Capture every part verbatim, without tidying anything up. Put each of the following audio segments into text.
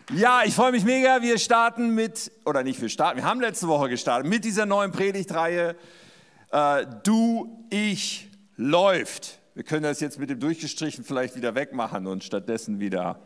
Ja, ich freue mich mega. Wir starten mit, oder nicht wir starten, wir haben letzte Woche gestartet mit dieser neuen Predigtreihe äh, Du, ich, läuft. Wir können das jetzt mit dem Durchgestrichen vielleicht wieder wegmachen und stattdessen wieder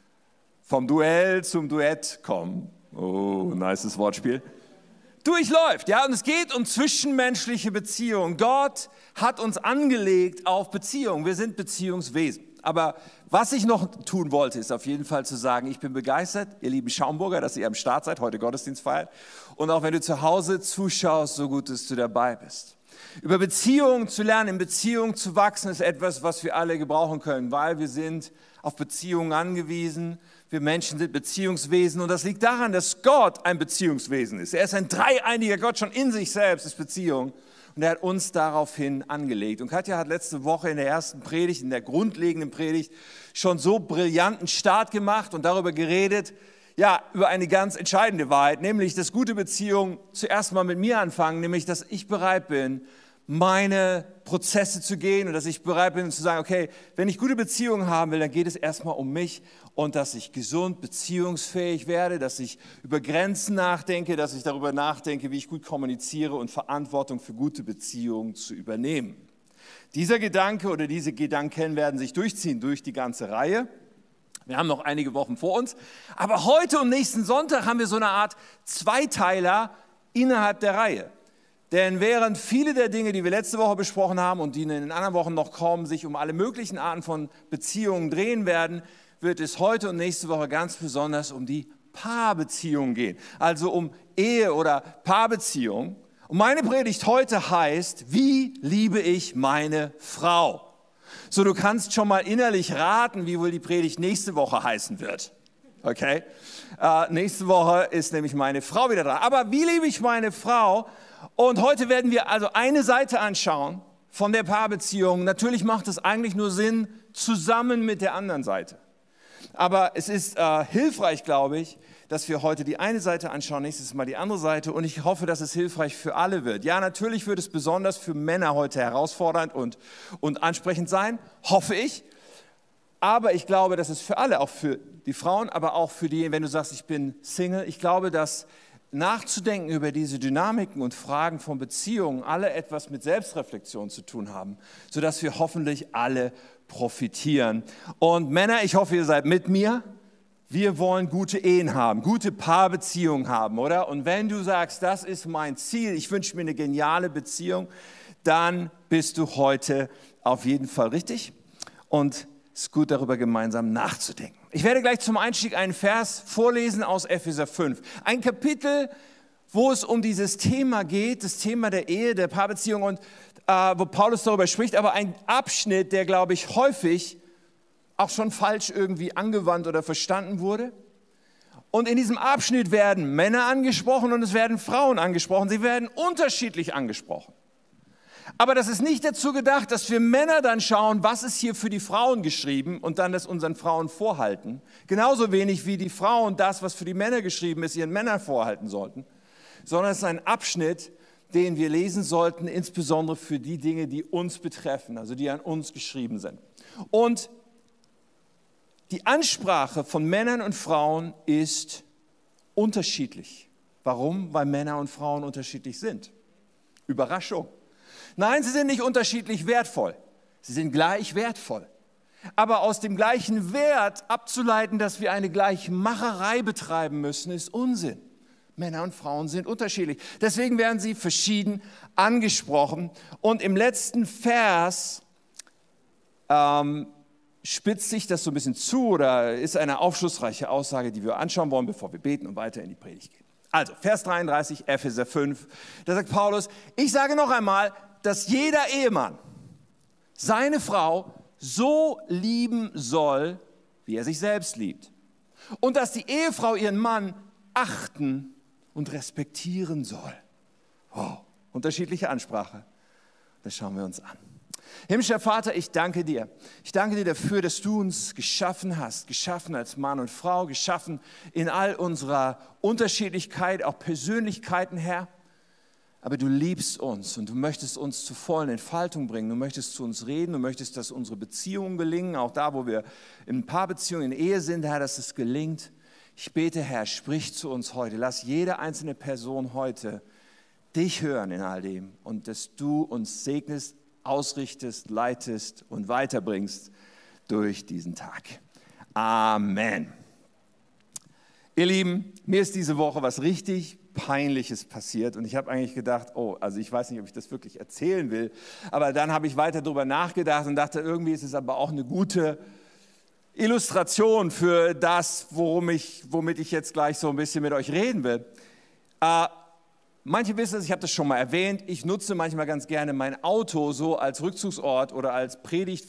vom Duell zum Duett kommen. Oh, nices Wortspiel. Du, ich, läuft. Ja, und es geht um zwischenmenschliche Beziehungen. Gott hat uns angelegt auf Beziehungen. Wir sind Beziehungswesen. Aber was ich noch tun wollte, ist auf jeden Fall zu sagen, ich bin begeistert, ihr lieben Schaumburger, dass ihr am Start seid, heute Gottesdienst feiert. Und auch wenn du zu Hause zuschaust, so gut, dass du dabei bist. Über Beziehungen zu lernen, in Beziehungen zu wachsen, ist etwas, was wir alle gebrauchen können, weil wir sind auf Beziehungen angewiesen. Wir Menschen sind Beziehungswesen und das liegt daran, dass Gott ein Beziehungswesen ist. Er ist ein dreieiniger Gott, schon in sich selbst ist Beziehung. Und er hat uns daraufhin angelegt. Und Katja hat letzte Woche in der ersten Predigt, in der grundlegenden Predigt, schon so brillanten Start gemacht und darüber geredet, ja, über eine ganz entscheidende Wahrheit, nämlich, dass gute Beziehungen zuerst mal mit mir anfangen, nämlich, dass ich bereit bin, meine Prozesse zu gehen und dass ich bereit bin zu sagen, okay, wenn ich gute Beziehungen haben will, dann geht es erstmal um mich und dass ich gesund, beziehungsfähig werde, dass ich über Grenzen nachdenke, dass ich darüber nachdenke, wie ich gut kommuniziere und Verantwortung für gute Beziehungen zu übernehmen. Dieser Gedanke oder diese Gedanken werden sich durchziehen durch die ganze Reihe. Wir haben noch einige Wochen vor uns, aber heute und nächsten Sonntag haben wir so eine Art Zweiteiler innerhalb der Reihe. Denn während viele der Dinge, die wir letzte Woche besprochen haben und die in den anderen Wochen noch kommen, sich um alle möglichen Arten von Beziehungen drehen werden, wird es heute und nächste Woche ganz besonders um die Paarbeziehung gehen. Also um Ehe- oder Paarbeziehung. Und meine Predigt heute heißt, wie liebe ich meine Frau? So, du kannst schon mal innerlich raten, wie wohl die Predigt nächste Woche heißen wird. Okay? Äh, nächste Woche ist nämlich meine Frau wieder dran. Aber wie liebe ich meine Frau? Und heute werden wir also eine Seite anschauen von der Paarbeziehung. Natürlich macht es eigentlich nur Sinn, zusammen mit der anderen Seite. Aber es ist äh, hilfreich, glaube ich, dass wir heute die eine Seite anschauen, nächstes Mal die andere Seite. Und ich hoffe, dass es hilfreich für alle wird. Ja, natürlich wird es besonders für Männer heute herausfordernd und, und ansprechend sein, hoffe ich. Aber ich glaube, dass es für alle, auch für die Frauen, aber auch für die, wenn du sagst, ich bin Single, ich glaube, dass nachzudenken über diese Dynamiken und Fragen von Beziehungen alle etwas mit Selbstreflexion zu tun haben, sodass wir hoffentlich alle profitieren. Und Männer, ich hoffe, ihr seid mit mir. Wir wollen gute Ehen haben, gute Paarbeziehungen haben, oder? Und wenn du sagst, das ist mein Ziel, ich wünsche mir eine geniale Beziehung, dann bist du heute auf jeden Fall richtig. Und es ist gut, darüber gemeinsam nachzudenken. Ich werde gleich zum Einstieg einen Vers vorlesen aus Epheser fünf. Ein Kapitel, wo es um dieses Thema geht, das Thema der Ehe, der Paarbeziehung und äh, wo Paulus darüber spricht, aber ein Abschnitt, der, glaube ich, häufig auch schon falsch irgendwie angewandt oder verstanden wurde. Und in diesem Abschnitt werden Männer angesprochen und es werden Frauen angesprochen. Sie werden unterschiedlich angesprochen. Aber das ist nicht dazu gedacht, dass wir Männer dann schauen, was ist hier für die Frauen geschrieben und dann das unseren Frauen vorhalten. Genauso wenig wie die Frauen das, was für die Männer geschrieben ist, ihren Männern vorhalten sollten. Sondern es ist ein Abschnitt, den wir lesen sollten, insbesondere für die Dinge, die uns betreffen, also die an uns geschrieben sind. Und die Ansprache von Männern und Frauen ist unterschiedlich. Warum? Weil Männer und Frauen unterschiedlich sind. Überraschung. Nein, sie sind nicht unterschiedlich wertvoll. Sie sind gleich wertvoll. Aber aus dem gleichen Wert abzuleiten, dass wir eine Gleichmacherei betreiben müssen, ist Unsinn. Männer und Frauen sind unterschiedlich. Deswegen werden sie verschieden angesprochen. Und im letzten Vers ähm, spitzt sich das so ein bisschen zu oder ist eine aufschlussreiche Aussage, die wir anschauen wollen, bevor wir beten und weiter in die Predigt gehen. Also, Vers dreiunddreißig, Epheser fünf, da sagt Paulus, ich sage noch einmal, dass jeder Ehemann seine Frau so lieben soll, wie er sich selbst liebt. Und dass die Ehefrau ihren Mann achten und respektieren soll. Wow, unterschiedliche Ansprache. Das schauen wir uns an. Himmlischer Vater, ich danke dir. Ich danke dir dafür, dass du uns geschaffen hast, geschaffen als Mann und Frau, geschaffen in all unserer Unterschiedlichkeit, auch Persönlichkeiten, Herr. Aber du liebst uns und du möchtest uns zur vollen Entfaltung bringen. Du möchtest zu uns reden, du möchtest, dass unsere Beziehungen gelingen, auch da, wo wir in Paarbeziehungen, in Ehe sind, Herr, dass es gelingt. Ich bete, Herr, sprich zu uns heute. Lass jede einzelne Person heute dich hören in all dem und dass du uns segnest, ausrichtest, leitest und weiterbringst durch diesen Tag. Amen. Ihr Lieben, mir ist diese Woche was richtig Peinliches passiert und ich habe eigentlich gedacht, oh, also ich weiß nicht, ob ich das wirklich erzählen will, aber dann habe ich weiter darüber nachgedacht und dachte, irgendwie ist es aber auch eine gute Illustration für das, worum ich, womit ich jetzt gleich so ein bisschen mit euch reden will. Äh, manche wissen es, ich habe das schon mal erwähnt, ich nutze manchmal ganz gerne mein Auto so als Rückzugsort oder als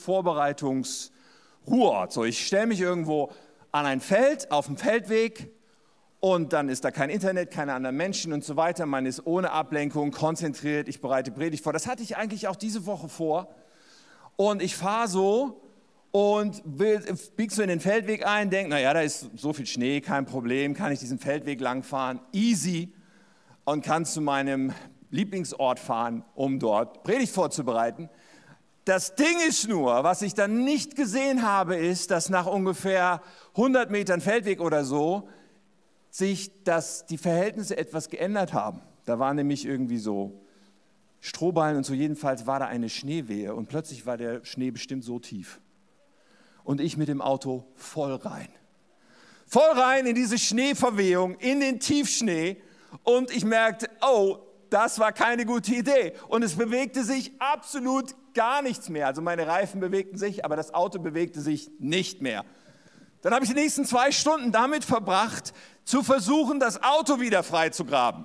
Predigtvorbereitungsruheort. So, ich stelle mich irgendwo an ein Feld, auf dem Feldweg und dann ist da kein Internet, keine anderen Menschen und so weiter. Man ist ohne Ablenkung, konzentriert, ich bereite Predigt vor. Das hatte ich eigentlich auch diese Woche vor und ich fahre so und biegst so in den Feldweg ein, denk, naja, da ist so viel Schnee, kein Problem, kann ich diesen Feldweg langfahren, easy und kann zu meinem Lieblingsort fahren, um dort Predigt vorzubereiten. Das Ding ist nur, was ich dann nicht gesehen habe, ist, dass nach ungefähr hundert Metern Feldweg oder so sich das, die Verhältnisse etwas geändert haben. Da waren nämlich irgendwie so Strohballen und so, jedenfalls war da eine Schneewehe und plötzlich war der Schnee bestimmt so tief. Und ich mit dem Auto voll rein. Voll rein in diese Schneeverwehung, in den Tiefschnee. Und ich merkte, oh, das war keine gute Idee. Und es bewegte sich absolut gar nichts mehr. Also meine Reifen bewegten sich, aber das Auto bewegte sich nicht mehr. Dann habe ich die nächsten zwei Stunden damit verbracht, zu versuchen, das Auto wieder frei zu graben.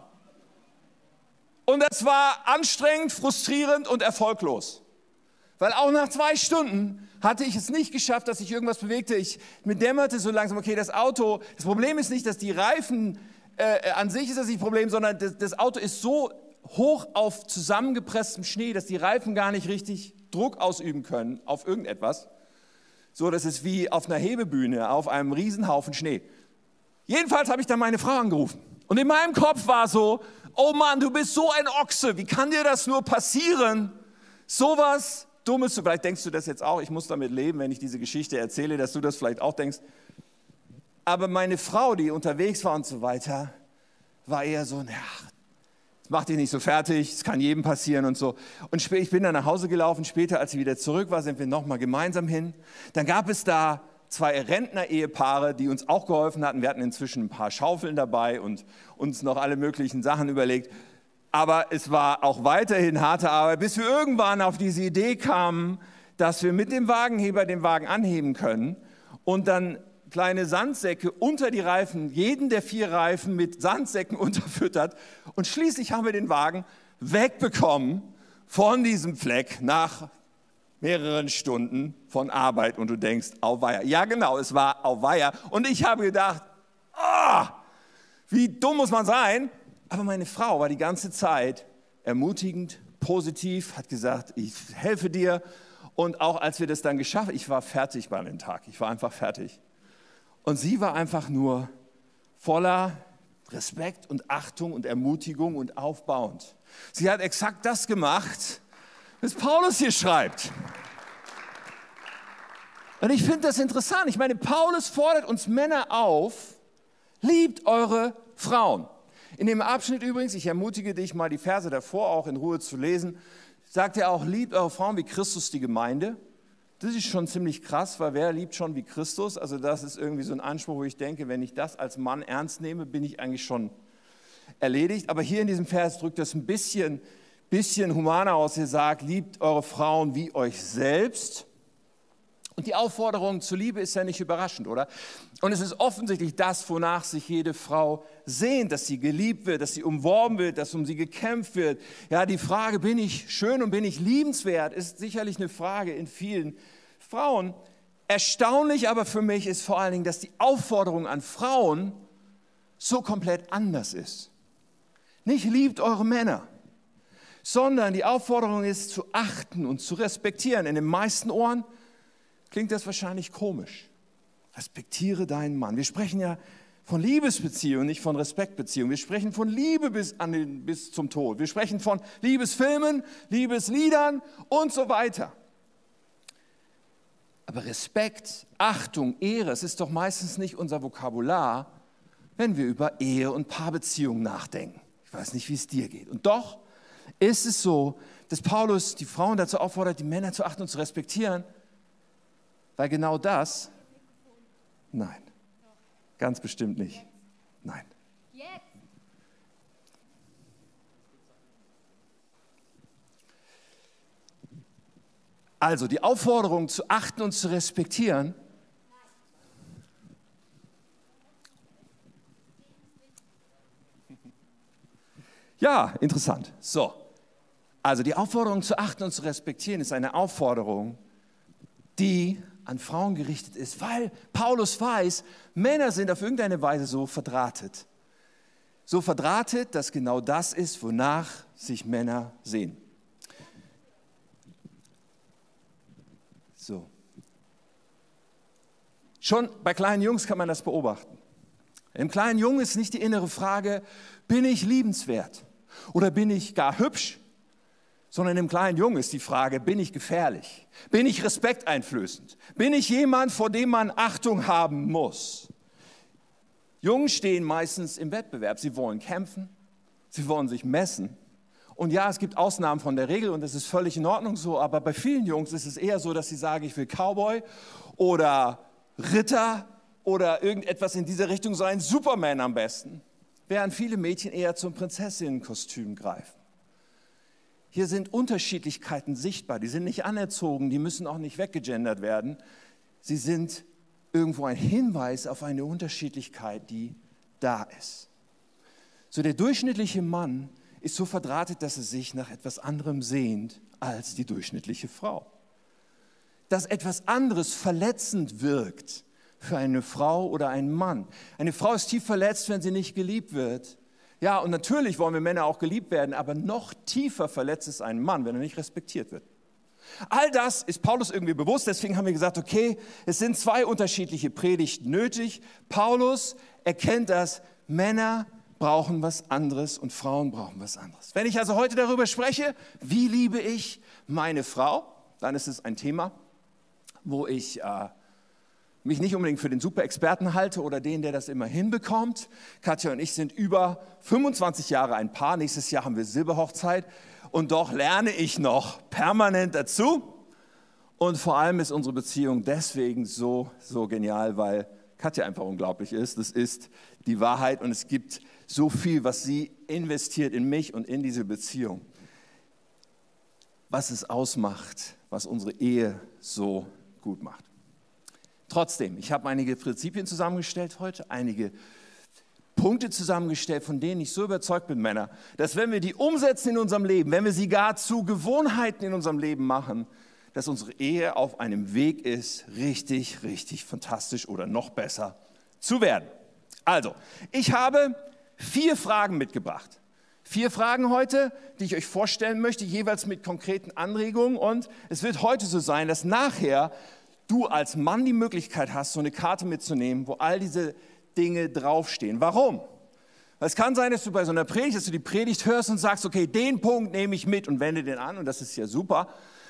Und das war anstrengend, frustrierend und erfolglos. Weil auch nach zwei Stunden hatte ich es nicht geschafft, dass sich irgendwas bewegte. Ich mir dämmerte so langsam, okay, das Auto, das Problem ist nicht, dass die Reifen, äh, an sich ist das nicht das Problem, sondern das, das Auto ist so hoch auf zusammengepresstem Schnee, dass die Reifen gar nicht richtig Druck ausüben können auf irgendetwas. So, das ist wie auf einer Hebebühne, auf einem Riesenhaufen Schnee. Jedenfalls habe ich dann meine Frau angerufen. Und in meinem Kopf war so, oh Mann, du bist so ein Ochse, wie kann dir das nur passieren? Sowas Dummes, vielleicht denkst du das jetzt auch, ich muss damit leben, wenn ich diese Geschichte erzähle, dass du das vielleicht auch denkst. Aber meine Frau, die unterwegs war und so weiter, war eher so, naja, das macht dich nicht so fertig, es kann jedem passieren und so. Und ich bin dann nach Hause gelaufen, später, als sie wieder zurück war, sind wir nochmal gemeinsam hin. Dann gab es da zwei Rentner-Ehepaare, die uns auch geholfen hatten. Wir hatten inzwischen ein paar Schaufeln dabei und uns noch alle möglichen Sachen überlegt. Aber es war auch weiterhin harte Arbeit, bis wir irgendwann auf diese Idee kamen, dass wir mit dem Wagenheber den Wagen anheben können und dann kleine Sandsäcke unter die Reifen, jeden der vier Reifen mit Sandsäcken unterfüttert. Und schließlich haben wir den Wagen wegbekommen von diesem Fleck nach mehreren Stunden von Arbeit. Und du denkst, auweia. Ja genau, es war auweia. Und ich habe gedacht, ah, wie dumm muss man sein? Aber meine Frau war die ganze Zeit ermutigend, positiv, hat gesagt, ich helfe dir. Und auch als wir das dann geschafft haben, ich war fertig bei dem Tag, ich war einfach fertig. Und sie war einfach nur voller Respekt und Achtung und Ermutigung und aufbauend. Sie hat exakt das gemacht, was Paulus hier schreibt. Und ich finde das interessant. Ich meine, Paulus fordert uns Männer auf, liebt eure Frauen. In dem Abschnitt übrigens, ich ermutige dich mal die Verse davor auch in Ruhe zu lesen, sagt er auch, liebt eure Frauen wie Christus die Gemeinde. Das ist schon ziemlich krass, weil wer liebt schon wie Christus? Also das ist irgendwie so ein Anspruch, wo ich denke, wenn ich das als Mann ernst nehme, bin ich eigentlich schon erledigt. Aber hier in diesem Vers drückt das ein bisschen, bisschen humaner aus. Er sagt, liebt eure Frauen wie euch selbst. Und die Aufforderung zur Liebe ist ja nicht überraschend, oder? Und es ist offensichtlich das, wonach sich jede Frau sehnt, dass sie geliebt wird, dass sie umworben wird, dass um sie gekämpft wird. Ja, die Frage, bin ich schön und bin ich liebenswert, ist sicherlich eine Frage in vielen Frauen. Erstaunlich aber für mich ist vor allen Dingen, dass die Aufforderung an Frauen so komplett anders ist. Nicht liebt eure Männer, sondern die Aufforderung ist zu achten und zu respektieren. In den meisten Ohren klingt das wahrscheinlich komisch. Respektiere deinen Mann. Wir sprechen ja von Liebesbeziehungen, nicht von Respektbeziehungen. Wir sprechen von Liebe bis, an den, bis zum Tod. Wir sprechen von Liebesfilmen, Liebesliedern und so weiter. Aber Respekt, Achtung, Ehre, es ist doch meistens nicht unser Vokabular, wenn wir über Ehe und Paarbeziehungen nachdenken. Ich weiß nicht, wie es dir geht. Und doch ist es so, dass Paulus die Frauen dazu auffordert, die Männer zu achten und zu respektieren, weil genau das, nein, ganz bestimmt nicht, nein. Also die Aufforderung zu achten und zu respektieren, ja, interessant. So, also die Aufforderung zu achten und zu respektieren ist eine Aufforderung, die an Frauen gerichtet ist, weil Paulus weiß, Männer sind auf irgendeine Weise so verdrahtet. So verdrahtet, dass genau das ist, wonach sich Männer sehen. So. Schon bei kleinen Jungs kann man das beobachten. Im kleinen Jungen ist nicht die innere Frage, bin ich liebenswert oder bin ich gar hübsch, sondern im kleinen Jungen ist die Frage, bin ich gefährlich, bin ich respekteinflößend, bin ich jemand, vor dem man Achtung haben muss. Jungen stehen meistens im Wettbewerb, sie wollen kämpfen, sie wollen sich messen. Und ja, es gibt Ausnahmen von der Regel und das ist völlig in Ordnung so, aber bei vielen Jungs ist es eher so, dass sie sagen, ich will Cowboy oder Ritter oder irgendetwas in dieser Richtung sein, Superman am besten, während viele Mädchen eher zum Prinzessinnenkostüm greifen. Hier sind Unterschiedlichkeiten sichtbar, die sind nicht anerzogen, die müssen auch nicht weggegendert werden. Sie sind irgendwo ein Hinweis auf eine Unterschiedlichkeit, die da ist. So der durchschnittliche Mann ist so verdrahtet, dass er sich nach etwas anderem sehnt als die durchschnittliche Frau. Dass etwas anderes verletzend wirkt für eine Frau oder einen Mann. Eine Frau ist tief verletzt, wenn sie nicht geliebt wird. Ja, und natürlich wollen wir Männer auch geliebt werden, aber noch tiefer verletzt es einen Mann, wenn er nicht respektiert wird. All das ist Paulus irgendwie bewusst, deswegen haben wir gesagt, okay, es sind zwei unterschiedliche Predigten nötig. Paulus erkennt das, Männer brauchen was anderes und Frauen brauchen was anderes. Wenn ich also heute darüber spreche, wie liebe ich meine Frau, dann ist es ein Thema, wo ich äh, mich nicht unbedingt für den Super-Experten halte oder den, der das immer hinbekommt. Katja und ich sind über fünfundzwanzig Jahre ein Paar. Nächstes Jahr haben wir Silberhochzeit. Und doch lerne ich noch permanent dazu. Und vor allem ist unsere Beziehung deswegen so, so genial, weil Katja einfach unglaublich ist. Das ist die Wahrheit und es gibt so viel, was sie investiert in mich und in diese Beziehung. Was es ausmacht, was unsere Ehe so gut macht. Trotzdem, ich habe einige Prinzipien zusammengestellt heute, einige Punkte zusammengestellt, von denen ich so überzeugt bin, Männer, dass wenn wir die umsetzen in unserem Leben, wenn wir sie gar zu Gewohnheiten in unserem Leben machen, dass unsere Ehe auf einem Weg ist, richtig, richtig fantastisch oder noch besser zu werden. Also, ich habe vier Fragen mitgebracht. Vier Fragen heute, die ich euch vorstellen möchte, jeweils mit konkreten Anregungen. Und es wird heute so sein, dass nachher du als Mann die Möglichkeit hast, so eine Karte mitzunehmen, wo all diese Dinge draufstehen. Warum? Weil es kann sein, dass du bei so einer Predigt, dass du die Predigt hörst und sagst, okay, den Punkt nehme ich mit und wende den an und das ist ja super.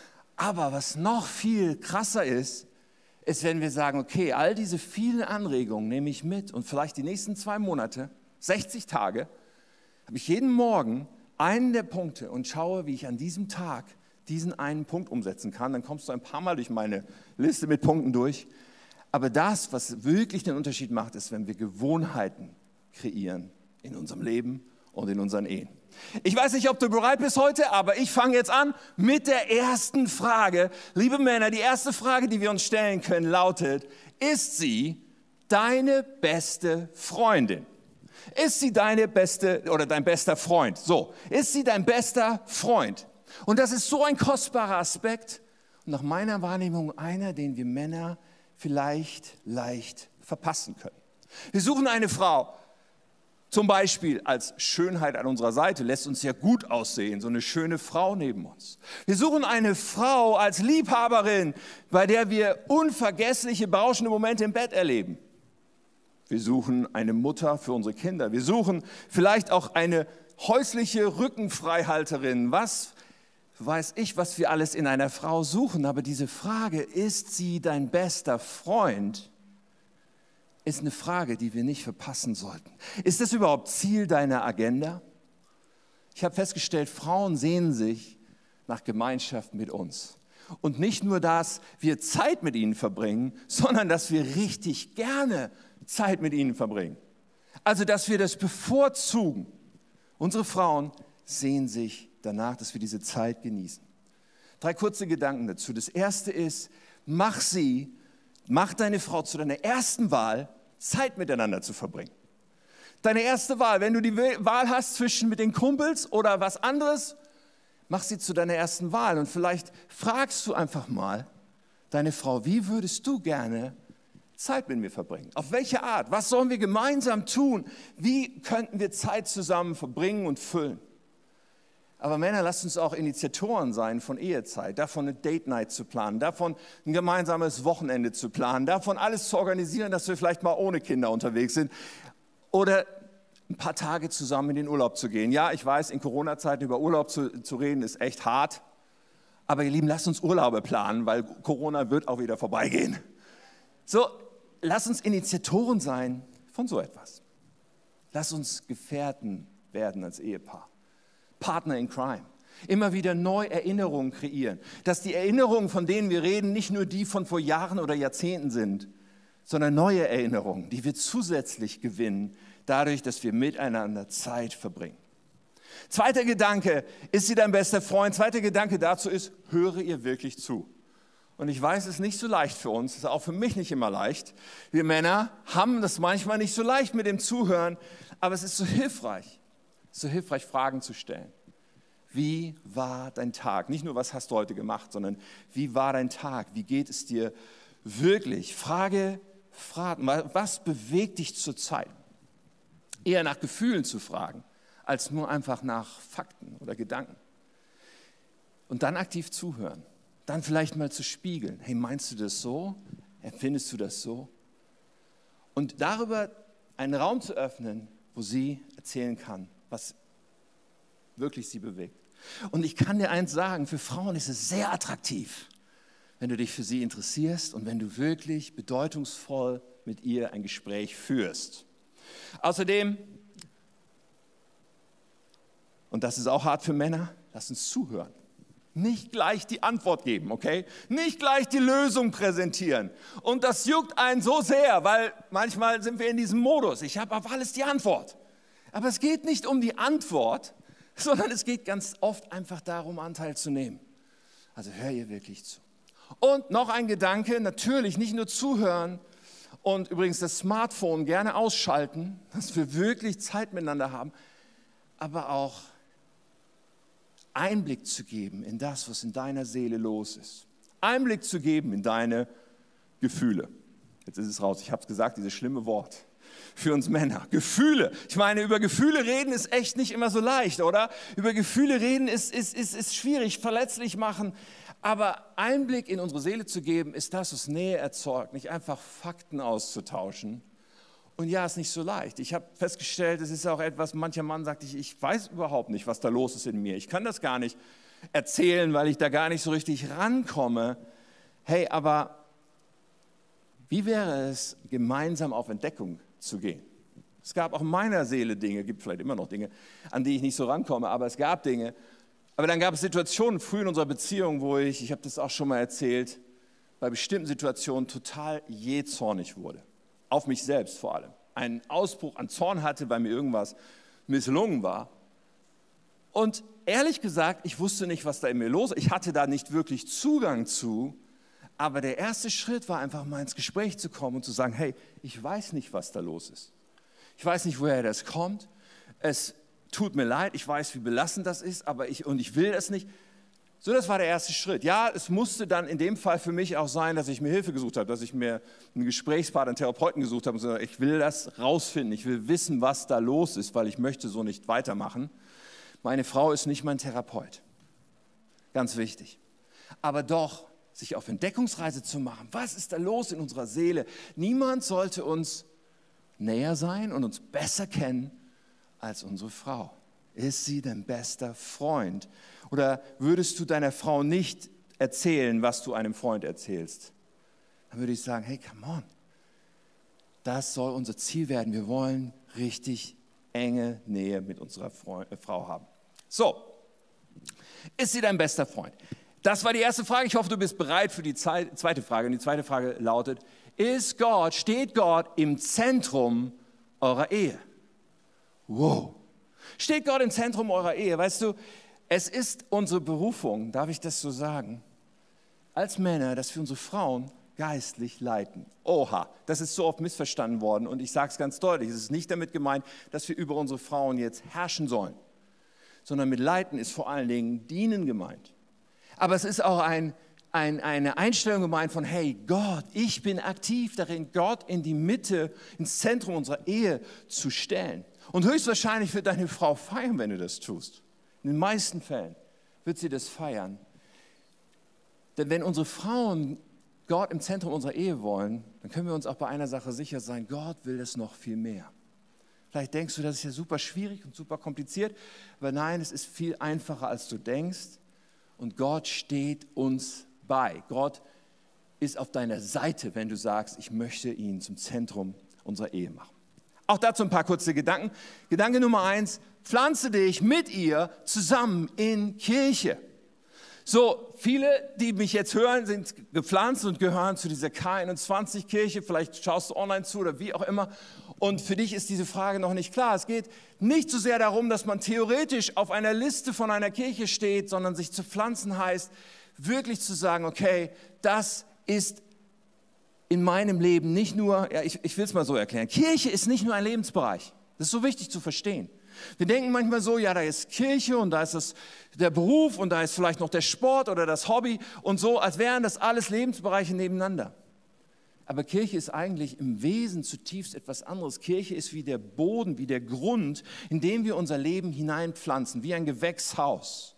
Aber was noch viel krasser ist, ist, wenn wir sagen, okay, all diese vielen Anregungen nehme ich mit und vielleicht die nächsten zwei Monate, sechzig Tage, habe ich jeden Morgen einen der Punkte und schaue, wie ich an diesem Tag diesen einen Punkt umsetzen kann. Dann kommst du ein paar Mal durch meine Liste mit Punkten durch. Aber das, was wirklich den Unterschied macht, ist, wenn wir Gewohnheiten kreieren in unserem Leben und in unseren Ehen. Ich weiß nicht, ob du bereit bist heute, aber ich fange jetzt an mit der ersten Frage. Liebe Männer, die erste Frage, die wir uns stellen können, lautet, ist sie deine beste Freundin? Ist sie deine beste oder dein bester Freund? So, ist sie dein bester Freund? Und das ist so ein kostbarer Aspekt und nach meiner Wahrnehmung einer, den wir Männer vielleicht leicht verpassen können. Wir suchen eine Frau, zum Beispiel als Schönheit an unserer Seite, lässt uns ja gut aussehen, so eine schöne Frau neben uns. Wir suchen eine Frau als Liebhaberin, bei der wir unvergessliche, berauschende Momente im Bett erleben. Wir suchen eine Mutter für unsere Kinder. Wir suchen vielleicht auch eine häusliche Rückenfreihalterin. Was weiß ich, was wir alles in einer Frau suchen, aber diese Frage, ist sie dein bester Freund, ist eine Frage, die wir nicht verpassen sollten. Ist das überhaupt Ziel deiner Agenda? Ich habe festgestellt, Frauen sehnen sich nach Gemeinschaft mit uns. Und nicht nur, dass wir Zeit mit ihnen verbringen, sondern dass wir richtig gerne Zeit mit ihnen verbringen. Also, dass wir das bevorzugen. Unsere Frauen sehnen sich danach, dass wir diese Zeit genießen. Drei kurze Gedanken dazu. Das erste ist, mach sie, mach deine Frau zu deiner ersten Wahl, Zeit miteinander zu verbringen. Deine erste Wahl, wenn du die Wahl hast zwischen mit den Kumpels oder was anderes, mach sie zu deiner ersten Wahl. Und vielleicht fragst du einfach mal deine Frau, wie würdest du gerne Zeit mit mir verbringen? Auf welche Art? Was sollen wir gemeinsam tun? Wie könnten wir Zeit zusammen verbringen und füllen? Aber Männer, lasst uns auch Initiatoren sein von Ehezeit, davon eine Date Night zu planen, davon ein gemeinsames Wochenende zu planen, davon alles zu organisieren, dass wir vielleicht mal ohne Kinder unterwegs sind oder ein paar Tage zusammen in den Urlaub zu gehen. Ja, ich weiß, in Corona-Zeiten über Urlaub zu, zu reden ist echt hart, aber ihr Lieben, lasst uns Urlaube planen, weil Corona wird auch wieder vorbeigehen. So, lasst uns Initiatoren sein von so etwas. Lasst uns Gefährten werden als Ehepaar. Partner in Crime. Immer wieder neu Erinnerungen kreieren. Dass die Erinnerungen, von denen wir reden, nicht nur die von vor Jahren oder Jahrzehnten sind, sondern neue Erinnerungen, die wir zusätzlich gewinnen, dadurch, dass wir miteinander Zeit verbringen. Zweiter Gedanke, ist sie dein bester Freund? Zweiter Gedanke dazu ist, höre ihr wirklich zu. Und ich weiß, es ist nicht so leicht für uns, es ist auch für mich nicht immer leicht. Wir Männer haben das manchmal nicht so leicht mit dem Zuhören, aber es ist so hilfreich. So hilfreich, Fragen zu stellen. Wie war dein Tag? Nicht nur, was hast du heute gemacht, sondern wie war dein Tag? Wie geht es dir wirklich? Frage, Fragen. Was bewegt dich zurzeit? Eher nach Gefühlen zu fragen, als nur einfach nach Fakten oder Gedanken. Und dann aktiv zuhören. Dann vielleicht mal zu spiegeln. Hey, meinst du das so? Empfindest du das so? Und darüber einen Raum zu öffnen, wo sie erzählen kann, was wirklich sie bewegt. Und ich kann dir eins sagen, für Frauen ist es sehr attraktiv, wenn du dich für sie interessierst und wenn du wirklich bedeutungsvoll mit ihr ein Gespräch führst. Außerdem, und das ist auch hart für Männer, lass uns zuhören. Nicht gleich die Antwort geben, okay? Nicht gleich die Lösung präsentieren. Und das juckt einen so sehr, weil manchmal sind wir in diesem Modus. Ich habe auf alles die Antwort. Aber es geht nicht um die Antwort, sondern es geht ganz oft einfach darum, Anteil zu nehmen. Also hör ihr wirklich zu. Und noch ein Gedanke, natürlich nicht nur zuhören und übrigens das Smartphone gerne ausschalten, dass wir wirklich Zeit miteinander haben, aber auch Einblick zu geben in das, was in deiner Seele los ist. Einblick zu geben in deine Gefühle. Jetzt ist es raus, ich habe es gesagt, dieses schlimme Wort. Für uns Männer. Gefühle. Ich meine, über Gefühle reden ist echt nicht immer so leicht, oder? Über Gefühle reden ist, ist, ist, ist schwierig, verletzlich machen. Aber Einblick in unsere Seele zu geben, ist das, was Nähe erzeugt. Nicht einfach Fakten auszutauschen. Und ja, ist nicht so leicht. Ich habe festgestellt, es ist auch etwas, mancher Mann sagt, ich, ich weiß überhaupt nicht, was da los ist in mir. Ich kann das gar nicht erzählen, weil ich da gar nicht so richtig rankomme. Hey, aber wie wäre es, gemeinsam auf Entdeckung zu gehen? Es gab auch in meiner Seele Dinge, gibt vielleicht immer noch Dinge, an die ich nicht so rankomme, aber es gab Dinge. Aber dann gab es Situationen früh in unserer Beziehung, wo ich, ich habe das auch schon mal erzählt, bei bestimmten Situationen total jähzornig wurde. Auf mich selbst vor allem. Einen Ausbruch an Zorn hatte, weil mir irgendwas misslungen war. Und ehrlich gesagt, ich wusste nicht, was da in mir los ist. Ich hatte da nicht wirklich Zugang zu. Aber der erste Schritt war einfach mal ins Gespräch zu kommen und zu sagen, hey, ich weiß nicht, was da los ist. Ich weiß nicht, woher das kommt. Es tut mir leid, ich weiß, wie belastend das ist, aber ich, und ich will es nicht. So, das war der erste Schritt. Ja, es musste dann in dem Fall für mich auch sein, dass ich mir Hilfe gesucht habe, dass ich mir einen Gesprächspartner, einen Therapeuten gesucht habe und gesagt habe, ich will das rausfinden, ich will wissen, was da los ist, weil ich möchte so nicht weitermachen. Meine Frau ist nicht mein Therapeut. Ganz wichtig. Aber doch, sich auf Entdeckungsreise zu machen. Was ist da los in unserer Seele? Niemand sollte uns näher sein und uns besser kennen als unsere Frau. Ist sie dein bester Freund? Oder würdest du deiner Frau nicht erzählen, was du einem Freund erzählst? Dann würde ich sagen, hey, come on. Das soll unser Ziel werden. Wir wollen richtig enge Nähe mit unserer Frau haben. So, ist sie dein bester Freund? Das war die erste Frage. Ich hoffe, du bist bereit für die zweite Frage. Und die zweite Frage lautet, ist Gott, steht Gott im Zentrum eurer Ehe? Wow. Steht Gott im Zentrum eurer Ehe? Weißt du, es ist unsere Berufung, darf ich das so sagen, als Männer, dass wir unsere Frauen geistlich leiten. Oha, das ist so oft missverstanden worden und ich sage es ganz deutlich, es ist nicht damit gemeint, dass wir über unsere Frauen jetzt herrschen sollen, sondern mit leiten ist vor allen Dingen dienen gemeint. Aber es ist auch ein, ein, eine Einstellung gemeint von, hey Gott, ich bin aktiv darin, Gott in die Mitte, ins Zentrum unserer Ehe zu stellen. Und höchstwahrscheinlich wird deine Frau feiern, wenn du das tust. In den meisten Fällen wird sie das feiern. Denn wenn unsere Frauen Gott im Zentrum unserer Ehe wollen, dann können wir uns auch bei einer Sache sicher sein, Gott will das noch viel mehr. Vielleicht denkst du, das ist ja super schwierig und super kompliziert, aber nein, es ist viel einfacher, als du denkst. Und Gott steht uns bei. Gott ist auf deiner Seite, wenn du sagst, ich möchte ihn zum Zentrum unserer Ehe machen. Auch dazu ein paar kurze Gedanken. Gedanke Nummer eins, pflanze dich mit ihr zusammen in Kirche. So, viele, die mich jetzt hören, sind gepflanzt und gehören zu dieser K einundzwanzig-Kirche. Vielleicht schaust du online zu oder wie auch immer. Und für dich ist diese Frage noch nicht klar. Es geht nicht so sehr darum, dass man theoretisch auf einer Liste von einer Kirche steht, sondern sich zu pflanzen heißt, wirklich zu sagen, okay, das ist in meinem Leben nicht nur, ja, ich, ich will es mal so erklären, Kirche ist nicht nur ein Lebensbereich. Das ist so wichtig zu verstehen. Wir denken manchmal so, ja, da ist Kirche und da ist das, der Beruf und da ist vielleicht noch der Sport oder das Hobby und so, als wären das alles Lebensbereiche nebeneinander. Aber Kirche ist eigentlich im Wesen zutiefst etwas anderes. Kirche ist wie der Boden, wie der Grund, in dem wir unser Leben hineinpflanzen, wie ein Gewächshaus.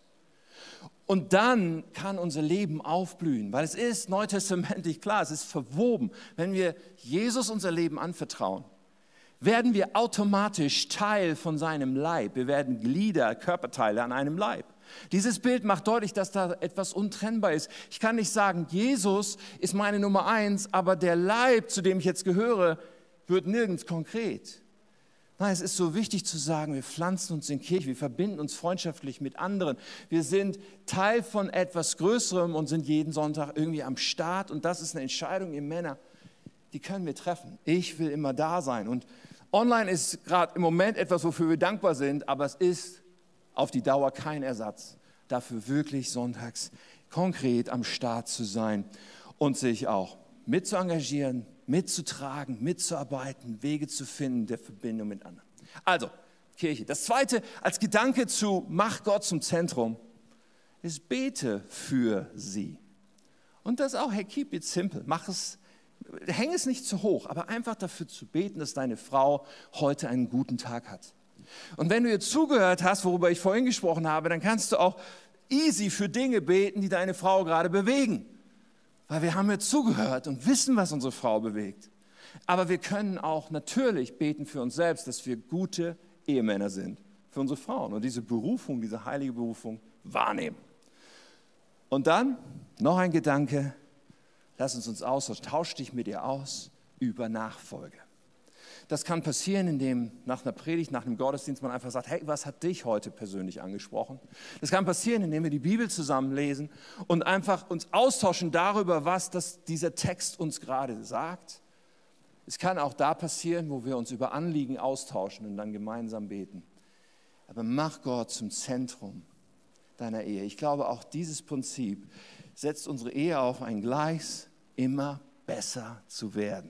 Und dann kann unser Leben aufblühen, weil es ist neutestamentlich klar, es ist verwoben. Wenn wir Jesus unser Leben anvertrauen, werden wir automatisch Teil von seinem Leib. Wir werden Glieder, Körperteile an einem Leib. Dieses Bild macht deutlich, dass da etwas untrennbar ist. Ich kann nicht sagen, Jesus ist meine Nummer eins, aber der Leib, zu dem ich jetzt gehöre, wird nirgends konkret. Nein, es ist so wichtig zu sagen, wir pflanzen uns in Kirche, wir verbinden uns freundschaftlich mit anderen. Wir sind Teil von etwas Größerem und sind jeden Sonntag irgendwie am Start. Und das ist eine Entscheidung, ihr Männer, die können wir treffen. Ich will immer da sein. Und online ist gerade im Moment etwas, wofür wir dankbar sind, aber es ist auf die Dauer kein Ersatz dafür, wirklich sonntags konkret am Start zu sein und sich auch mit zu engagieren, mitzutragen, mitzuarbeiten, Wege zu finden der Verbindung mit anderen. Also, Kirche. Das Zweite, als Gedanke zu mach Gott zum Zentrum, ist bete für sie. Und das auch, hey, keep it simple, mach es, häng es nicht zu hoch, aber einfach dafür zu beten, dass deine Frau heute einen guten Tag hat. Und wenn du jetzt zugehört hast, worüber ich vorhin gesprochen habe, dann kannst du auch easy für Dinge beten, die deine Frau gerade bewegen. Weil wir haben jetzt zugehört und wissen, was unsere Frau bewegt. Aber wir können auch natürlich beten für uns selbst, dass wir gute Ehemänner sind für unsere Frauen und diese Berufung, diese heilige Berufung wahrnehmen. Und dann noch ein Gedanke, lass uns uns austauschen, tausch dich mit ihr aus über Nachfolge. Das kann passieren, indem nach einer Predigt, nach einem Gottesdienst man einfach sagt, hey, was hat dich heute persönlich angesprochen? Das kann passieren, indem wir die Bibel zusammenlesen und einfach uns austauschen darüber, was das, dieser Text uns gerade sagt. Es kann auch da passieren, wo wir uns über Anliegen austauschen und dann gemeinsam beten. Aber mach Gott zum Zentrum deiner Ehe. Ich glaube, auch dieses Prinzip setzt unsere Ehe auf ein Gleis, immer besser zu werden.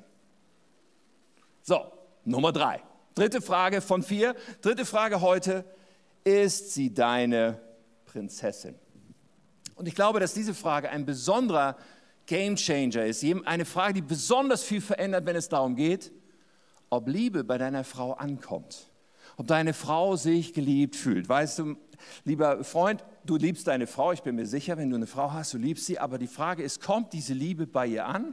So, Nummer drei. Dritte Frage von vier. Dritte Frage heute, ist sie deine Prinzessin? Und ich glaube, dass diese Frage ein besonderer Gamechanger ist. Eine Frage, die besonders viel verändert, wenn es darum geht, ob Liebe bei deiner Frau ankommt. Ob deine Frau sich geliebt fühlt. Weißt du, lieber Freund, du liebst deine Frau, ich bin mir sicher, wenn du eine Frau hast, du liebst sie. Aber die Frage ist, kommt diese Liebe bei ihr an?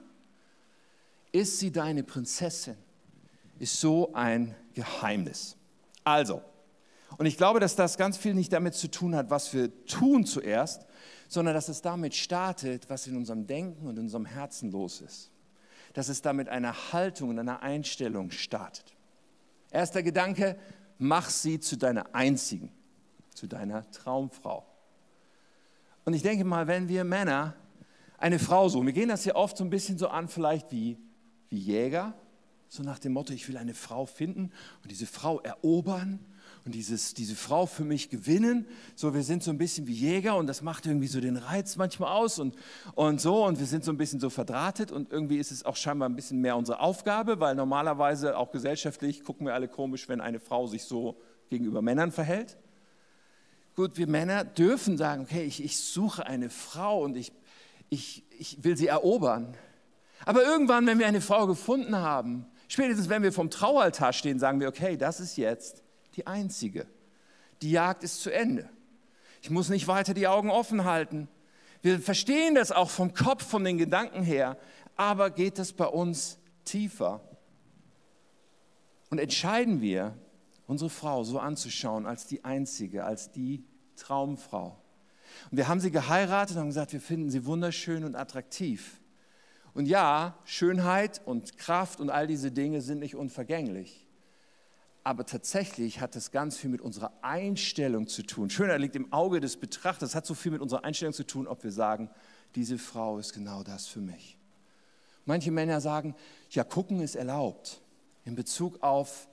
Ist sie deine Prinzessin? Ist so ein Geheimnis. Also, und ich glaube, dass das ganz viel nicht damit zu tun hat, was wir tun zuerst, sondern dass es damit startet, was in unserem Denken und in unserem Herzen los ist. dass es da mit einer Haltung und einer Einstellung startet. Erster Gedanke, mach sie zu deiner einzigen, zu deiner Traumfrau. Und ich denke mal, wenn wir Männer eine Frau suchen, wir gehen das ja oft so ein bisschen so an, vielleicht wie, wie Jäger, so nach dem Motto, ich will eine Frau finden und diese Frau erobern und dieses, diese Frau für mich gewinnen. So, wir sind so ein bisschen wie Jäger und das macht irgendwie so den Reiz manchmal aus und, und so und wir sind so ein bisschen so verdrahtet und irgendwie ist es auch scheinbar ein bisschen mehr unsere Aufgabe, weil normalerweise auch gesellschaftlich gucken wir alle komisch, wenn eine Frau sich so gegenüber Männern verhält. Gut, wir Männer dürfen sagen, okay, ich, ich suche eine Frau und ich, ich, ich will sie erobern. Aber irgendwann, wenn wir eine Frau gefunden haben, spätestens wenn wir vom Traualtar stehen, sagen wir, okay, das ist jetzt die einzige. Die Jagd ist zu Ende. Ich muss nicht weiter die Augen offen halten. Wir verstehen das auch vom Kopf, von den Gedanken her, aber geht das bei uns tiefer? Und entscheiden wir, unsere Frau so anzuschauen als die einzige, als die Traumfrau. Und wir haben sie geheiratet und haben gesagt, wir finden sie wunderschön und attraktiv. Und ja, Schönheit und Kraft und all diese Dinge sind nicht unvergänglich. Aber tatsächlich hat das ganz viel mit unserer Einstellung zu tun. Schönheit liegt im Auge des Betrachters. Es hat so viel mit unserer Einstellung zu tun, ob wir sagen, diese Frau ist genau das für mich. Manche Männer sagen, ja, gucken ist erlaubt in Bezug auf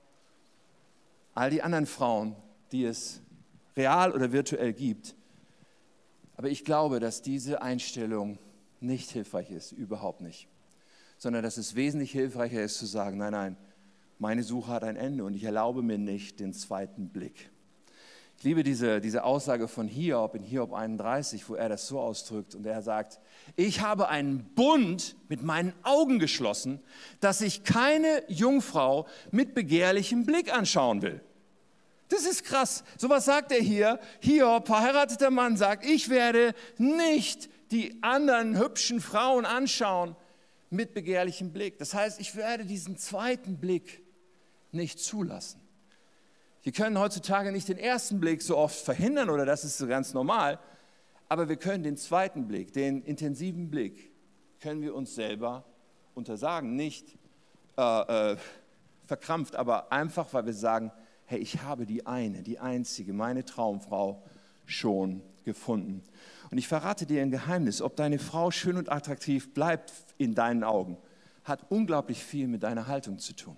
all die anderen Frauen, die es real oder virtuell gibt. Aber ich glaube, dass diese Einstellung nicht hilfreich ist, überhaupt nicht. Sondern dass es wesentlich hilfreicher ist zu sagen, nein, nein, meine Suche hat ein Ende und ich erlaube mir nicht den zweiten Blick. Ich liebe diese, diese Aussage von Hiob in Hiob einunddreißig, wo er das so ausdrückt und er sagt, ich habe einen Bund mit meinen Augen geschlossen, dass ich keine Jungfrau mit begehrlichem Blick anschauen will. Das ist krass. So was sagt er hier. Hiob, verheirateter Mann, sagt, ich werde nicht die anderen hübschen Frauen anschauen mit begehrlichem Blick. Das heißt, ich werde diesen zweiten Blick nicht zulassen. Wir können heutzutage nicht den ersten Blick so oft verhindern oder das ist so ganz normal, aber wir können den zweiten Blick, den intensiven Blick, können wir uns selber untersagen. Nicht äh, äh, verkrampft, aber einfach, weil wir sagen, hey, ich habe die eine, die einzige, meine Traumfrau schon gefunden. Und ich verrate dir ein Geheimnis, ob deine Frau schön und attraktiv bleibt in deinen Augen, hat unglaublich viel mit deiner Haltung zu tun.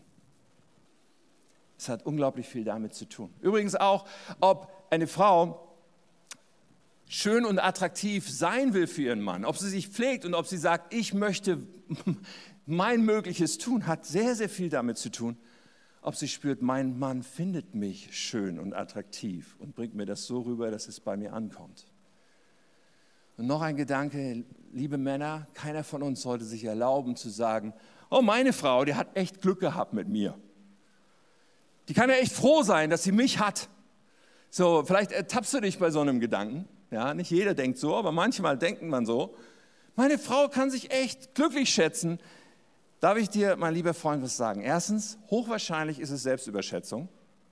Es hat unglaublich viel damit zu tun. Übrigens auch, ob eine Frau schön und attraktiv sein will für ihren Mann, ob sie sich pflegt und ob sie sagt, ich möchte mein Mögliches tun, hat sehr, sehr viel damit zu tun, ob sie spürt, mein Mann findet mich schön und attraktiv und bringt mir das so rüber, dass es bei mir ankommt. Und noch ein Gedanke, liebe Männer, keiner von uns sollte sich erlauben zu sagen, oh, meine Frau, die hat echt Glück gehabt mit mir. Die kann ja echt froh sein, dass sie mich hat. So, vielleicht ertappst du dich bei so einem Gedanken. Ja, nicht jeder denkt so, aber manchmal denkt man so. Meine Frau kann sich echt glücklich schätzen. Darf ich dir, mein lieber Freund, was sagen? Erstens, hochwahrscheinlich ist es Selbstüberschätzung.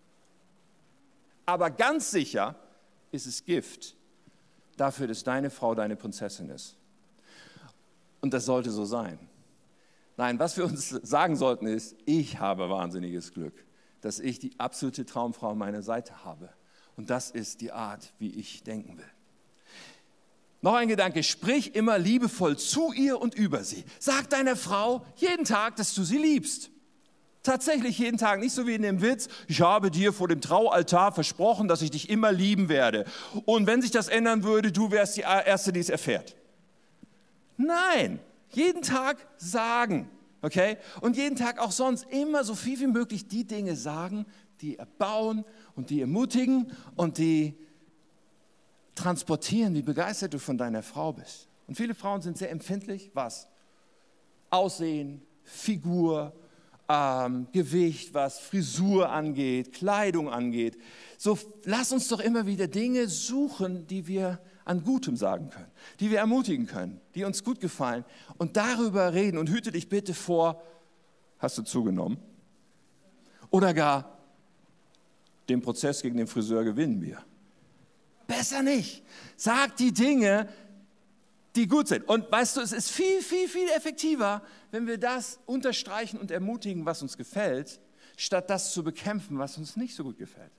Aber ganz sicher ist es Gift dafür, dass deine Frau deine Prinzessin ist. Und das sollte so sein. Nein, was wir uns sagen sollten ist, ich habe wahnsinniges Glück, dass ich die absolute Traumfrau an meiner Seite habe. Und das ist die Art, wie ich denken will. Noch ein Gedanke, sprich immer liebevoll zu ihr und über sie. Sag deiner Frau jeden Tag, dass du sie liebst. Tatsächlich jeden Tag, nicht so wie in dem Witz, ich habe dir vor dem Traualtar versprochen, dass ich dich immer lieben werde. Und wenn sich das ändern würde, du wärst die Erste, die es erfährt. Nein, jeden Tag sagen. Okay? Und jeden Tag auch sonst immer so viel wie möglich die Dinge sagen, die erbauen und die ermutigen und die transportieren, wie begeistert du von deiner Frau bist. Und viele Frauen sind sehr empfindlich, was? Aussehen, Figur, ähm, Gewicht, was Frisur angeht, Kleidung angeht. So, lass uns doch immer wieder Dinge suchen, die wir an Gutem sagen können, die wir ermutigen können, die uns gut gefallen und darüber reden und hüte dich bitte vor, hast du zugenommen? Oder gar, den Prozess gegen den Friseur gewinnen wir. Besser nicht. Sag die Dinge, die gut sind. Und weißt du, es ist viel, viel, viel effektiver, wenn wir das unterstreichen und ermutigen, was uns gefällt, statt das zu bekämpfen, was uns nicht so gut gefällt.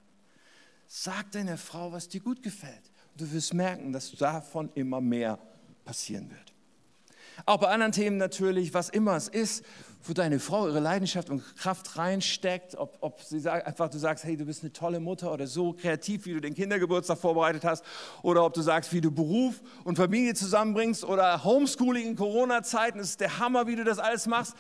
Sag deiner Frau, was dir gut gefällt. Du wirst merken, dass davon immer mehr passieren wird. Auch bei anderen Themen natürlich, was immer es ist, wo deine Frau ihre Leidenschaft und Kraft reinsteckt, ob, ob sie sagt, einfach du sagst, hey, du bist eine tolle Mutter oder so kreativ, wie du den Kindergeburtstag vorbereitet hast, oder ob du sagst, wie du Beruf und Familie zusammenbringst oder Homeschooling in Corona-Zeiten, das ist der Hammer, wie du das alles machst,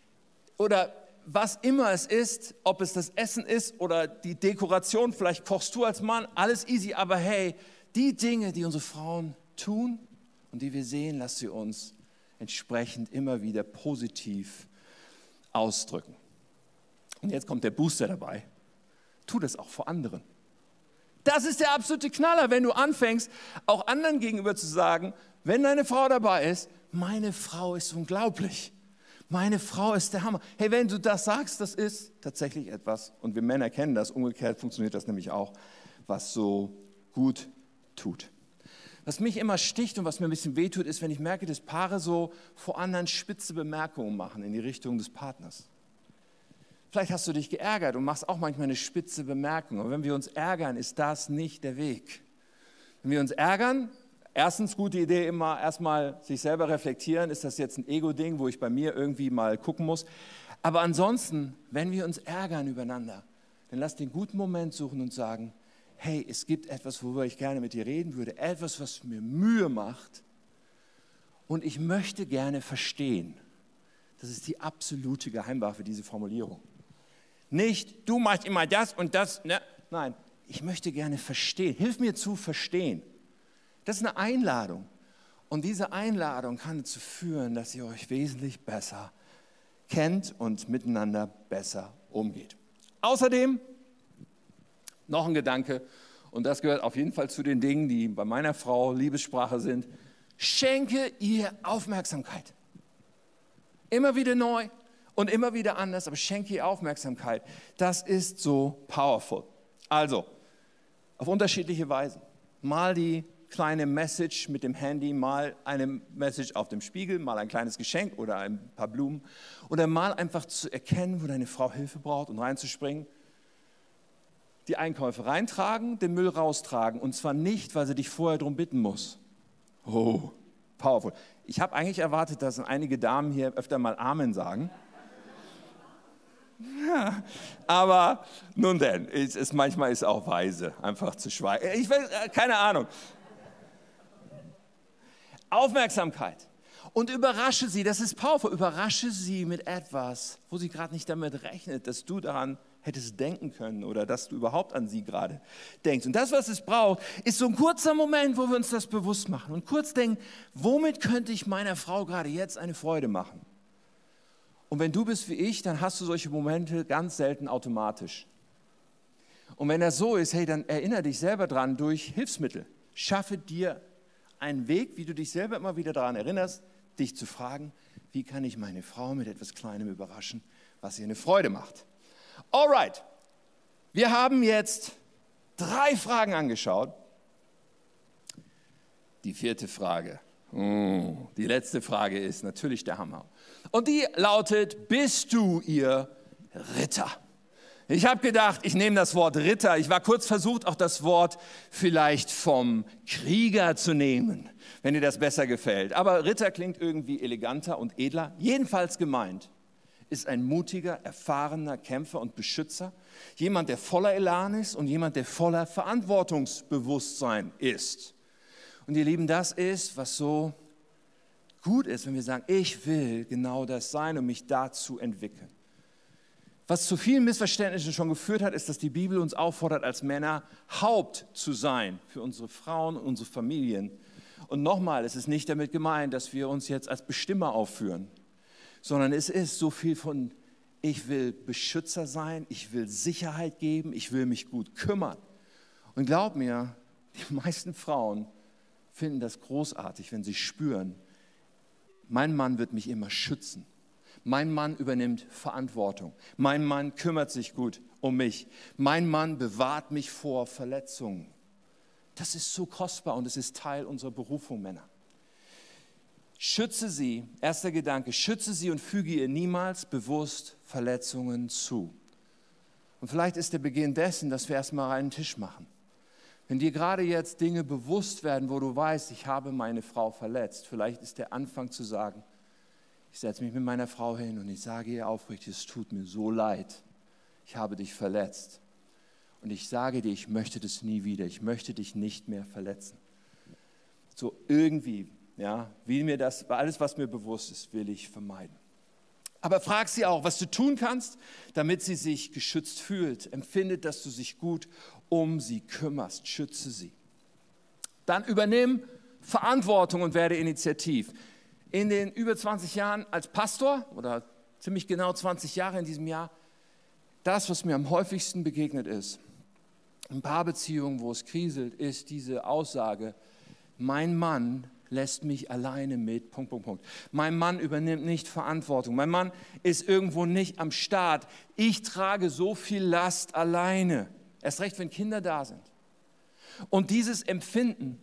oder was immer es ist, ob es das Essen ist oder die Dekoration, vielleicht kochst du als Mann, alles easy, aber hey, die Dinge, die unsere Frauen tun und die wir sehen, lass sie uns entsprechend immer wieder positiv ausdrücken. Und jetzt kommt der Booster dabei. Tu das auch vor anderen. Das ist der absolute Knaller, wenn du anfängst, auch anderen gegenüber zu sagen, wenn deine Frau dabei ist, meine Frau ist unglaublich. Meine Frau ist der Hammer. Hey, wenn du das sagst, das ist tatsächlich etwas, und wir Männer kennen das, umgekehrt funktioniert das nämlich auch, was so gut tut. Was mich immer sticht und was mir ein bisschen wehtut, ist, wenn ich merke, dass Paare so vor anderen spitze Bemerkungen machen in die Richtung des Partners. Vielleicht hast du dich geärgert und machst auch manchmal eine spitze Bemerkung. Aber wenn wir uns ärgern, ist das nicht der Weg. Wenn wir uns ärgern, erstens gute Idee immer erstmal sich selber reflektieren, ist das jetzt ein Ego-Ding, wo ich bei mir irgendwie mal gucken muss. Aber ansonsten, wenn wir uns ärgern übereinander, dann lass den guten Moment suchen und sagen, hey, es gibt etwas, worüber ich gerne mit dir reden würde, etwas, was mir Mühe macht und ich möchte gerne verstehen. Das ist die absolute Geheimwaffe, diese Formulierung. Nicht, du machst immer das und das. Ne? Nein, ich möchte gerne verstehen. Hilf mir zu verstehen. Das ist eine Einladung. Und diese Einladung kann dazu führen, dass ihr euch wesentlich besser kennt und miteinander besser umgeht. Außerdem noch ein Gedanke, und das gehört auf jeden Fall zu den Dingen, die bei meiner Frau Liebessprache sind. Schenke ihr Aufmerksamkeit. Immer wieder neu und immer wieder anders, aber schenke ihr Aufmerksamkeit. Das ist so powerful. Also, auf unterschiedliche Weisen. Mal die kleine Message mit dem Handy, mal eine Message auf dem Spiegel, mal ein kleines Geschenk oder ein paar Blumen. Oder mal einfach zu erkennen, wo deine Frau Hilfe braucht und reinzuspringen. Die Einkäufe reintragen, den Müll raustragen. Und zwar nicht, weil sie dich vorher darum bitten muss. Oh, powerful. Ich habe eigentlich erwartet, dass einige Damen hier öfter mal Amen sagen. Ja, aber nun denn, es ist, manchmal ist es auch weise, einfach zu schweigen. Ich weiß, keine Ahnung. Aufmerksamkeit. Und überrasche sie, das ist powerful, überrasche sie mit etwas, wo sie gerade nicht damit rechnet, dass du daran hättest denken können oder dass du überhaupt an sie gerade denkst. Und das, was es braucht, ist so ein kurzer Moment, wo wir uns das bewusst machen und kurz denken, womit könnte ich meiner Frau gerade jetzt eine Freude machen? Und wenn du bist wie ich, dann hast du solche Momente ganz selten automatisch. Und wenn das so ist, hey, dann erinnere dich selber dran durch Hilfsmittel. Schaffe dir einen Weg, wie du dich selber immer wieder daran erinnerst, dich zu fragen, wie kann ich meine Frau mit etwas Kleinem überraschen, was ihr eine Freude macht. Alright, wir haben jetzt drei Fragen angeschaut. Die vierte Frage, oh, die letzte Frage ist natürlich der Hammer. Und die lautet, bist du ihr Ritter? Ich habe gedacht, ich nehme das Wort Ritter. Ich war kurz versucht, auch das Wort vielleicht vom Krieger zu nehmen, wenn dir das besser gefällt. Aber Ritter klingt irgendwie eleganter und edler. Jedenfalls gemeint ist ein mutiger, erfahrener Kämpfer und Beschützer, jemand, der voller Elan ist und jemand, der voller Verantwortungsbewusstsein ist. Und ihr Lieben, das ist, was so gut ist, wenn wir sagen, ich will genau das sein und mich dazu entwickeln. Was zu vielen Missverständnissen schon geführt hat, ist, dass die Bibel uns auffordert, als Männer Haupt zu sein für unsere Frauen und unsere Familien. Und nochmal, es ist nicht damit gemeint, dass wir uns jetzt als Bestimmer aufführen, sondern es ist so viel von, ich will Beschützer sein, ich will Sicherheit geben, ich will mich gut kümmern. Und glaub mir, die meisten Frauen finden das großartig, wenn sie spüren, mein Mann wird mich immer schützen. Mein Mann übernimmt Verantwortung. Mein Mann kümmert sich gut um mich. Mein Mann bewahrt mich vor Verletzungen. Das ist so kostbar und es ist Teil unserer Berufung, Männer. schütze sie, erster Gedanke, schütze sie und füge ihr niemals bewusst Verletzungen zu. Und vielleicht ist der Beginn dessen, dass wir erstmal einen Tisch machen. Wenn dir gerade jetzt Dinge bewusst werden, wo du weißt, ich habe meine Frau verletzt, vielleicht ist der Anfang zu sagen, ich setze mich mit meiner Frau hin und ich sage ihr aufrichtig, es tut mir so leid, ich habe dich verletzt. Und ich sage dir, ich möchte das nie wieder, ich möchte dich nicht mehr verletzen. So irgendwie, ja, wie mir das, alles, was mir bewusst ist, will ich vermeiden. Aber frag sie auch, was du tun kannst, damit sie sich geschützt fühlt, empfindet, dass du dich gut um sie kümmerst, schütze sie. Dann übernimm Verantwortung und werde initiativ. In den über zwanzig Jahren als Pastor, oder ziemlich genau zwanzig Jahre in diesem Jahr, das, was mir am häufigsten begegnet ist, in Paarbeziehungen, wo es kriselt, ist diese Aussage, mein Mann lässt mich alleine mit, Punkt, Punkt, Punkt. Mein Mann übernimmt nicht Verantwortung. Mein Mann ist irgendwo nicht am Start. Ich trage so viel Last alleine. Erst recht, wenn Kinder da sind. Und dieses Empfinden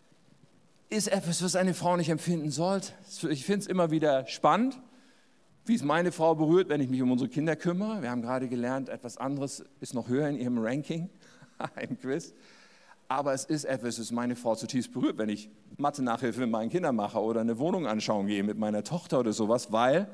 ist etwas, was eine Frau nicht empfinden sollte. Ich finde es immer wieder spannend, wie es meine Frau berührt, wenn ich mich um unsere Kinder kümmere. Wir haben gerade gelernt, etwas anderes ist noch höher in ihrem Ranking im Quiz. Aber es ist etwas, das meine Frau zutiefst berührt, wenn ich Mathe-Nachhilfe mit meinen Kindern mache oder eine Wohnung anschauen gehe mit meiner Tochter oder sowas, weil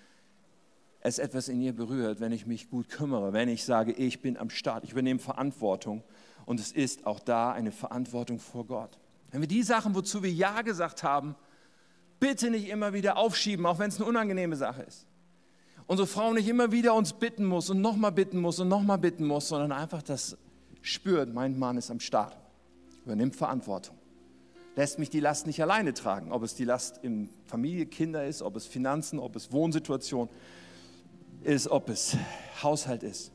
es etwas in ihr berührt, wenn ich mich gut kümmere, wenn ich sage, ich bin am Start, ich übernehme Verantwortung und es ist auch da eine Verantwortung vor Gott. Wenn wir die Sachen, wozu wir Ja gesagt haben, bitte nicht immer wieder aufschieben, auch wenn es eine unangenehme Sache ist. Unsere Frau nicht immer wieder uns bitten muss und nochmal bitten muss und nochmal bitten muss, sondern einfach das spürt, mein Mann ist am Start. Übernimmt Verantwortung. Lässt mich die Last nicht alleine tragen, ob es die Last in Familie, Kinder ist, ob es Finanzen, ob es Wohnsituation ist, ob es Haushalt ist.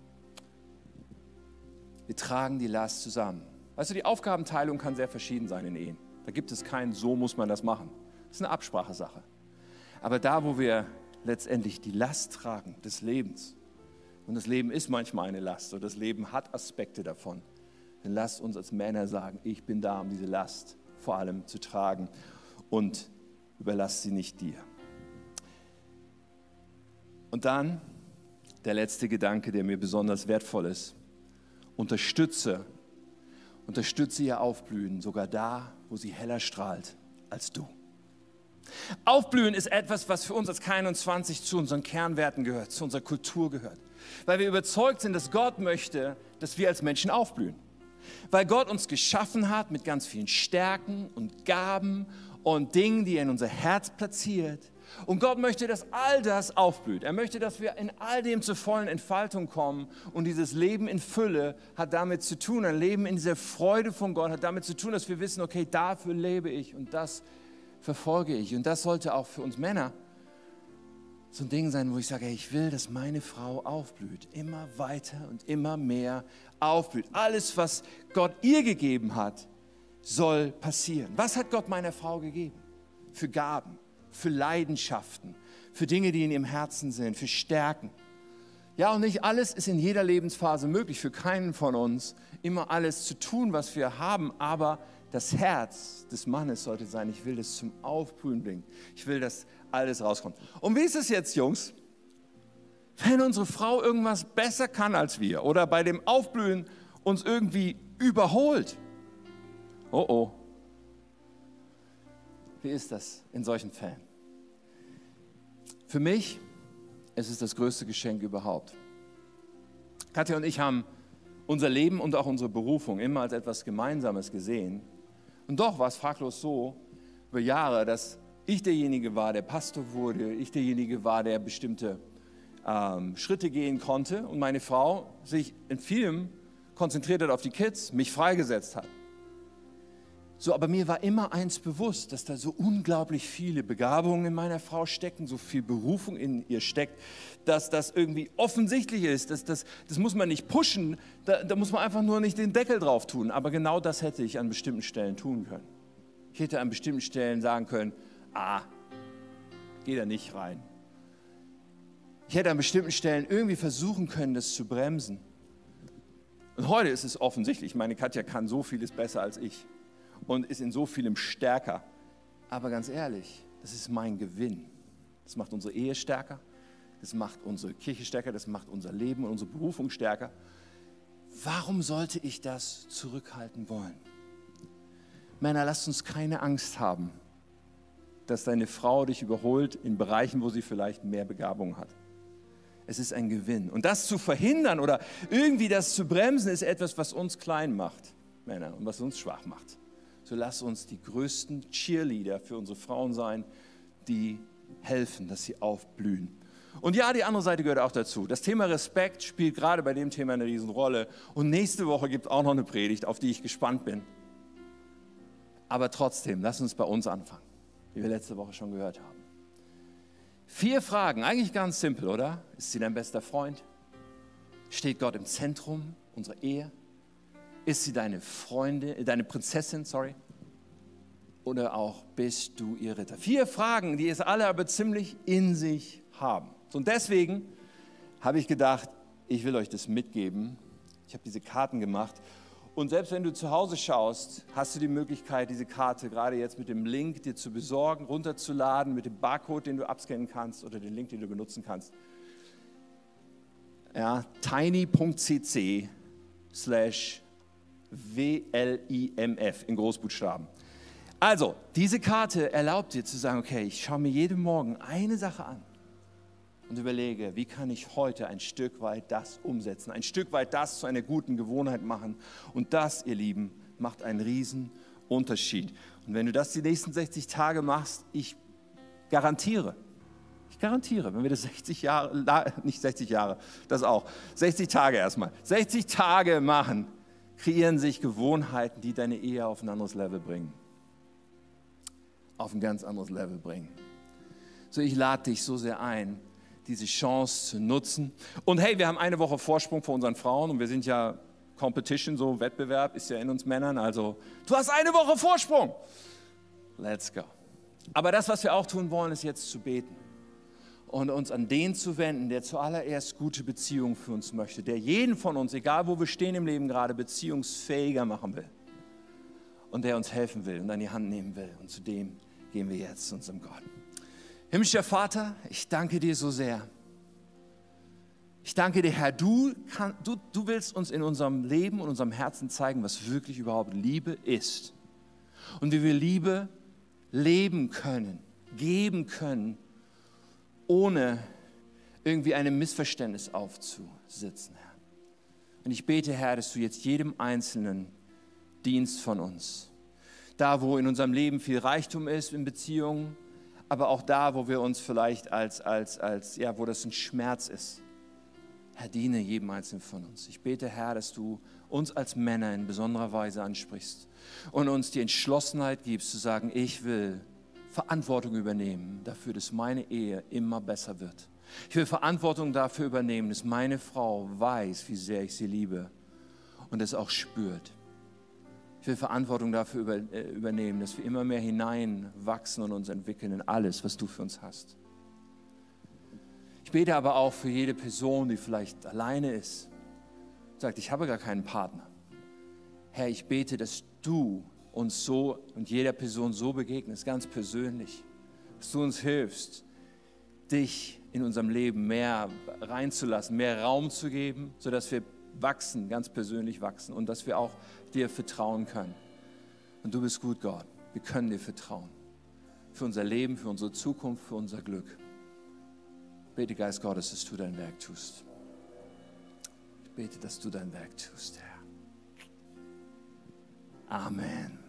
Wir tragen die Last zusammen. Weißt du, die Aufgabenteilung kann sehr verschieden sein in Ehen. Da gibt es kein, so muss man das machen. Das ist eine Absprachesache. Aber da, wo wir letztendlich die Last tragen des Lebens, und das Leben ist manchmal eine Last, und das Leben hat Aspekte davon, dann lasst uns als Männer sagen, ich bin da, um diese Last vor allem zu tragen und überlass sie nicht dir. Und dann der letzte Gedanke, der mir besonders wertvoll ist. Unterstütze, unterstütze ihr Aufblühen, sogar da, wo sie heller strahlt als du. Aufblühen ist etwas, was für uns als K einundzwanzig zu unseren Kernwerten gehört, zu unserer Kultur gehört. Weil wir überzeugt sind, dass Gott möchte, dass wir als Menschen aufblühen. Weil Gott uns geschaffen hat mit ganz vielen Stärken und Gaben und Dingen, die er in unser Herz platziert. Und Gott möchte, dass all das aufblüht. Er möchte, dass wir in all dem zur vollen Entfaltung kommen. Und dieses Leben in Fülle hat damit zu tun, ein Leben in dieser Freude von Gott hat damit zu tun, dass wir wissen, okay, dafür lebe ich und das verfolge ich. Und das sollte auch für uns Männer so ein Ding sein, wo ich sage, hey, ich will, dass meine Frau aufblüht. Immer weiter und immer mehr aufblüht. Alles, was Gott ihr gegeben hat, soll passieren. Was hat Gott meiner Frau gegeben? Für Gaben, für Leidenschaften, für Dinge, die in ihrem Herzen sind, für Stärken. Ja, und nicht alles ist in jeder Lebensphase möglich, für keinen von uns immer alles zu tun, was wir haben, aber das Herz des Mannes sollte sein, ich will das zum Aufblühen bringen. Ich will, dass alles rauskommt. Und wie ist es jetzt, Jungs? Wenn unsere Frau irgendwas besser kann als wir oder bei dem Aufblühen uns irgendwie überholt. Oh oh. Wie ist das in solchen Fällen? Für mich ist es das größte Geschenk überhaupt. Katja und ich haben unser Leben und auch unsere Berufung immer als etwas Gemeinsames gesehen. Und doch war es fraglos so über Jahre, dass ich derjenige war, der Pastor wurde, ich derjenige war, der bestimmte ähm, Schritte gehen konnte und meine Frau sich in vielem konzentriert hat auf die Kids, mich freigesetzt hat. So, aber mir war immer eins bewusst, dass da so unglaublich viele Begabungen in meiner Frau stecken, so viel Berufung in ihr steckt, dass das irgendwie offensichtlich ist. Dass das, das muss man nicht pushen, da, da muss man einfach nur nicht den Deckel drauf tun. Aber genau das hätte ich an bestimmten Stellen tun können. Ich hätte an bestimmten Stellen sagen können, ah, geh da nicht rein. Ich hätte an bestimmten Stellen irgendwie versuchen können, das zu bremsen. Und heute ist es offensichtlich, meine Katja kann so vieles besser als ich. Und ist in so vielem stärker. Aber ganz ehrlich, das ist mein Gewinn. Das macht unsere Ehe stärker, das macht unsere Kirche stärker, das macht unser Leben und unsere Berufung stärker. Warum sollte ich das zurückhalten wollen? Männer, lasst uns keine Angst haben, dass deine Frau dich überholt in Bereichen, wo sie vielleicht mehr Begabung hat. Es ist ein Gewinn. Und das zu verhindern oder irgendwie das zu bremsen, ist etwas, was uns klein macht, Männer, und was uns schwach macht. So lasst uns die größten Cheerleader für unsere Frauen sein, die helfen, dass sie aufblühen. Und ja, die andere Seite gehört auch dazu. Das Thema Respekt spielt gerade bei dem Thema eine Riesenrolle. Und nächste Woche gibt es auch noch eine Predigt, auf die ich gespannt bin. Aber trotzdem, lass uns bei uns anfangen, wie wir letzte Woche schon gehört haben. Vier Fragen, eigentlich ganz simpel, oder? Ist sie dein bester Freund? Steht Gott im Zentrum unserer Ehe? Ist sie deine Freundin, deine Prinzessin, sorry? Oder auch bist du ihr Ritter? Vier Fragen, die es alle aber ziemlich in sich haben. Und deswegen habe ich gedacht, ich will euch das mitgeben. Ich habe diese Karten gemacht. Und selbst wenn du zu Hause schaust, hast du die Möglichkeit, diese Karte gerade jetzt mit dem Link dir zu besorgen, runterzuladen, mit dem Barcode, den du abscannen kannst oder den Link, den du benutzen kannst. Ja, tiny.cc slash WLIMF in Großbuchstaben. Also, diese Karte erlaubt dir zu sagen, okay, ich schaue mir jeden Morgen eine Sache an und überlege, wie kann ich heute ein Stück weit das umsetzen, ein Stück weit das zu einer guten Gewohnheit machen. Und das, ihr Lieben, macht einen riesen Unterschied. Und wenn du das die nächsten sechzig Tage machst, ich garantiere, ich garantiere, wenn wir das sechzig Jahre, nicht sechzig Jahre, das auch, sechzig Tage erstmal, sechzig Tage machen, kreieren sich Gewohnheiten, die deine Ehe auf ein anderes Level bringen. Auf ein ganz anderes Level bringen. So, ich lade dich so sehr ein, diese Chance zu nutzen. Und hey, wir haben eine Woche Vorsprung vor unseren Frauen und wir sind ja Competition, so Wettbewerb ist ja in uns Männern, also du hast eine Woche Vorsprung. Let's go. Aber das, was wir auch tun wollen, ist jetzt zu beten und uns an den zu wenden, der zuallererst gute Beziehungen für uns möchte, der jeden von uns, egal wo wir stehen im Leben gerade, beziehungsfähiger machen will und der uns helfen will und an die Hand nehmen will. Und zu dem gehen wir jetzt zu unserem Gott. Himmlischer Vater, ich danke dir so sehr. Ich danke dir, Herr, du, kann, du, du willst uns in unserem Leben und unserem Herzen zeigen, was wirklich überhaupt Liebe ist. Und wie wir Liebe leben können, geben können, ohne irgendwie einem Missverständnis aufzusitzen, Herr. Und ich bete, Herr, dass du jetzt jedem Einzelnen dienst von uns. Da, wo in unserem Leben viel Reichtum ist in Beziehungen, aber auch da, wo wir uns vielleicht als, als, als, ja, wo das ein Schmerz ist. Herr, diene jedem Einzelnen von uns. Ich bete, Herr, dass du uns als Männer in besonderer Weise ansprichst und uns die Entschlossenheit gibst, zu sagen, ich will Verantwortung übernehmen dafür, dass meine Ehe immer besser wird. Ich will Verantwortung dafür übernehmen, dass meine Frau weiß, wie sehr ich sie liebe und es auch spürt. Ich will Verantwortung dafür über, äh, übernehmen, dass wir immer mehr hineinwachsen und uns entwickeln in alles, was du für uns hast. Ich bete aber auch für jede Person, die vielleicht alleine ist, sagt, ich habe gar keinen Partner. Herr, ich bete, dass du uns so und jeder Person so begegnest, ganz persönlich, dass du uns hilfst, dich in unserem Leben mehr reinzulassen, mehr Raum zu geben, sodass wir wachsen, ganz persönlich wachsen und dass wir auch dir vertrauen können. Und du bist gut, Gott. Wir können dir vertrauen. Für unser Leben, für unsere Zukunft, für unser Glück. Bete, Geist Gottes, dass du dein Werk tust. Ich bete, dass du dein Werk tust, Herr. Amen.